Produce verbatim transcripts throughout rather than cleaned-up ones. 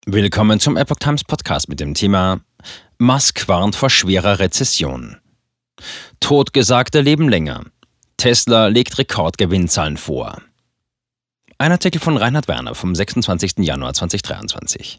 Willkommen zum Epoch Times Podcast mit dem Thema Musk warnt vor schwerer Rezession. Totgesagte leben länger. Tesla legt Rekordgewinnzahlen vor. Ein Artikel von Reinhard Werner vom sechsundzwanzigsten Januar zweitausenddreiundzwanzig.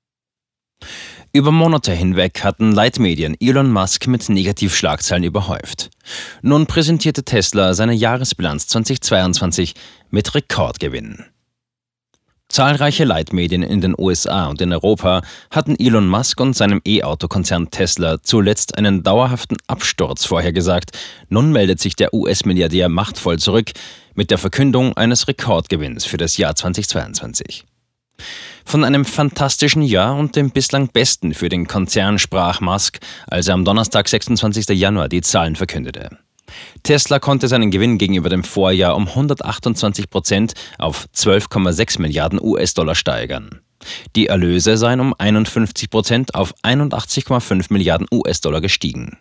Über Monate hinweg hatten Leitmedien Elon Musk mit Negativschlagzeilen überhäuft. Nun präsentierte Tesla seine Jahresbilanz zweitausendzweiundzwanzig mit Rekordgewinnen. Zahlreiche Leitmedien in den U S A und in Europa hatten Elon Musk und seinem E-Auto-Konzern Tesla zuletzt einen dauerhaften Absturz vorhergesagt. Nun meldet sich der U S-Milliardär machtvoll zurück mit der Verkündung eines Rekordgewinns für das Jahr zweitausendzweiundzwanzig. Von einem fantastischen Jahr und dem bislang besten für den Konzern sprach Musk, als er am Donnerstag, sechsundzwanzigsten Januar, die Zahlen verkündete. Tesla konnte seinen Gewinn gegenüber dem Vorjahr um hundertachtundzwanzig Prozent auf zwölf Komma sechs Milliarden U S-Dollar steigern. Die Erlöse seien um einundfünfzig Prozent auf einundachtzig Komma fünf Milliarden U S-Dollar gestiegen.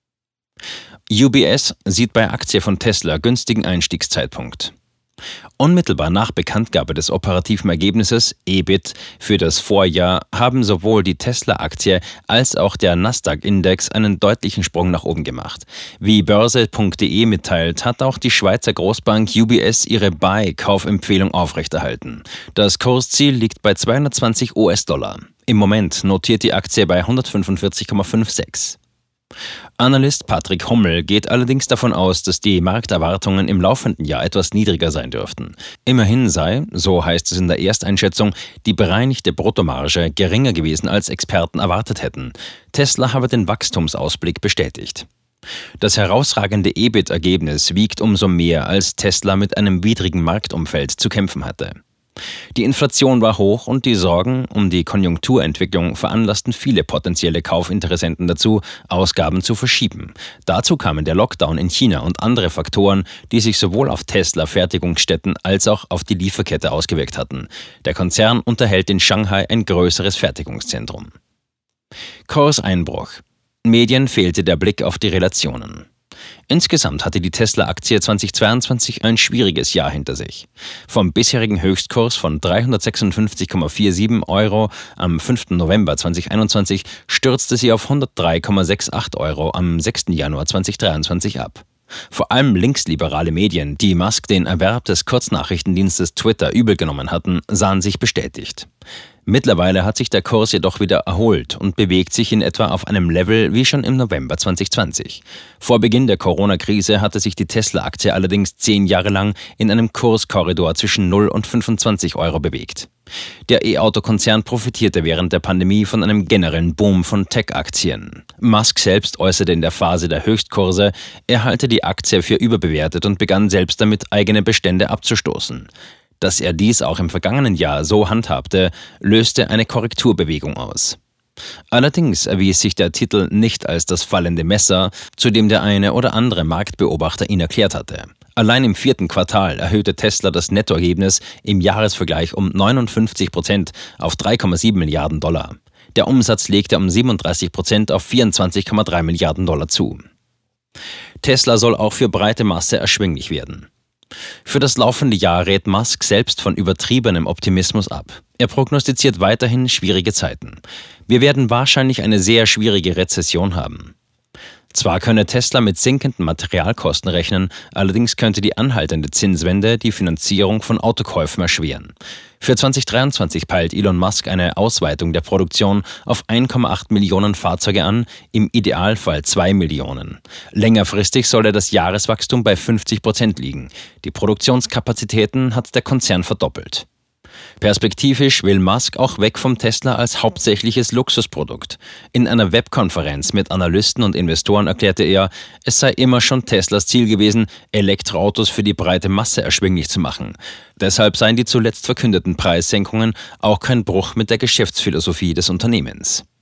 U B S sieht bei Aktie von Tesla günstigen Einstiegszeitpunkt. Unmittelbar nach Bekanntgabe des operativen Ergebnisses E B I T für das Vorjahr haben sowohl die Tesla-Aktie als auch der Nasdaq-Index einen deutlichen Sprung nach oben gemacht. Wie börse punkt de mitteilt, hat auch die Schweizer Großbank U B S ihre Buy-Kaufempfehlung aufrechterhalten. Das Kursziel liegt bei zweihundertzwanzig U S-Dollar. Im Moment notiert die Aktie bei hundertfünfundvierzig Komma sechsundfünfzig. Analyst Patrick Hummel geht allerdings davon aus, dass die Markterwartungen im laufenden Jahr etwas niedriger sein dürften. Immerhin sei, so heißt es in der Ersteinschätzung, die bereinigte Bruttomarge geringer gewesen, als Experten erwartet hätten. Tesla habe den Wachstumsausblick bestätigt. Das herausragende E B I T-Ergebnis wiegt umso mehr, als Tesla mit einem widrigen Marktumfeld zu kämpfen hatte. Die Inflation war hoch und die Sorgen um die Konjunkturentwicklung veranlassten viele potenzielle Kaufinteressenten dazu, Ausgaben zu verschieben. Dazu kamen der Lockdown in China und andere Faktoren, die sich sowohl auf Tesla-Fertigungsstätten als auch auf die Lieferkette ausgewirkt hatten. Der Konzern unterhält in Shanghai ein größeres Fertigungszentrum. Kurseinbruch. Medien fehlte der Blick auf die Relationen. Insgesamt hatte die Tesla-Aktie zweitausendzweiundzwanzig ein schwieriges Jahr hinter sich. Vom bisherigen Höchstkurs von dreihundertsechsundfünfzig Komma siebenundvierzig Euro am fünften November zweitausendeinundzwanzig stürzte sie auf hundertdrei Komma achtundsechzig Euro am sechsten Januar zweitausenddreiundzwanzig ab. Vor allem linksliberale Medien, die Musk den Erwerb des Kurznachrichtendienstes Twitter übel genommen hatten, sahen sich bestätigt. Mittlerweile hat sich der Kurs jedoch wieder erholt und bewegt sich in etwa auf einem Level wie schon im November zweitausendzwanzig. Vor Beginn der Corona-Krise hatte sich die Tesla-Aktie allerdings zehn Jahre lang in einem Kurskorridor zwischen null und fünfundzwanzig Euro bewegt. Der E-Auto-Konzern profitierte während der Pandemie von einem generellen Boom von Tech-Aktien. Musk selbst äußerte in der Phase der Höchstkurse, er halte die Aktie für überbewertet und begann selbst damit, eigene Bestände abzustoßen. Dass er dies auch im vergangenen Jahr so handhabte, löste eine Korrekturbewegung aus. Allerdings erwies sich der Titel nicht als das fallende Messer, zu dem der eine oder andere Marktbeobachter ihn erklärt hatte. Allein im vierten Quartal erhöhte Tesla das Nettoergebnis im Jahresvergleich um neunundfünfzig Prozent auf drei Komma sieben Milliarden Dollar. Der Umsatz legte um siebenunddreißig Prozent auf vierundzwanzig Komma drei Milliarden Dollar zu. Tesla soll auch für breite Masse erschwinglich werden. Für das laufende Jahr rät Musk selbst von übertriebenem Optimismus ab. Er prognostiziert weiterhin schwierige Zeiten. Wir werden wahrscheinlich eine sehr schwierige Rezession haben. Zwar könne Tesla mit sinkenden Materialkosten rechnen, allerdings könnte die anhaltende Zinswende die Finanzierung von Autokäufen erschweren. Für zweitausenddreiundzwanzig peilt Elon Musk eine Ausweitung der Produktion auf eins Komma acht Millionen Fahrzeuge an, im Idealfall zwei Millionen. Längerfristig soll das Jahreswachstum bei fünfzig Prozent liegen. Die Produktionskapazitäten hat der Konzern verdoppelt. Perspektivisch will Musk auch weg vom Tesla als hauptsächliches Luxusprodukt. In einer Webkonferenz mit Analysten und Investoren erklärte er, es sei immer schon Teslas Ziel gewesen, Elektroautos für die breite Masse erschwinglich zu machen. Deshalb seien die zuletzt verkündeten Preissenkungen auch kein Bruch mit der Geschäftsphilosophie des Unternehmens.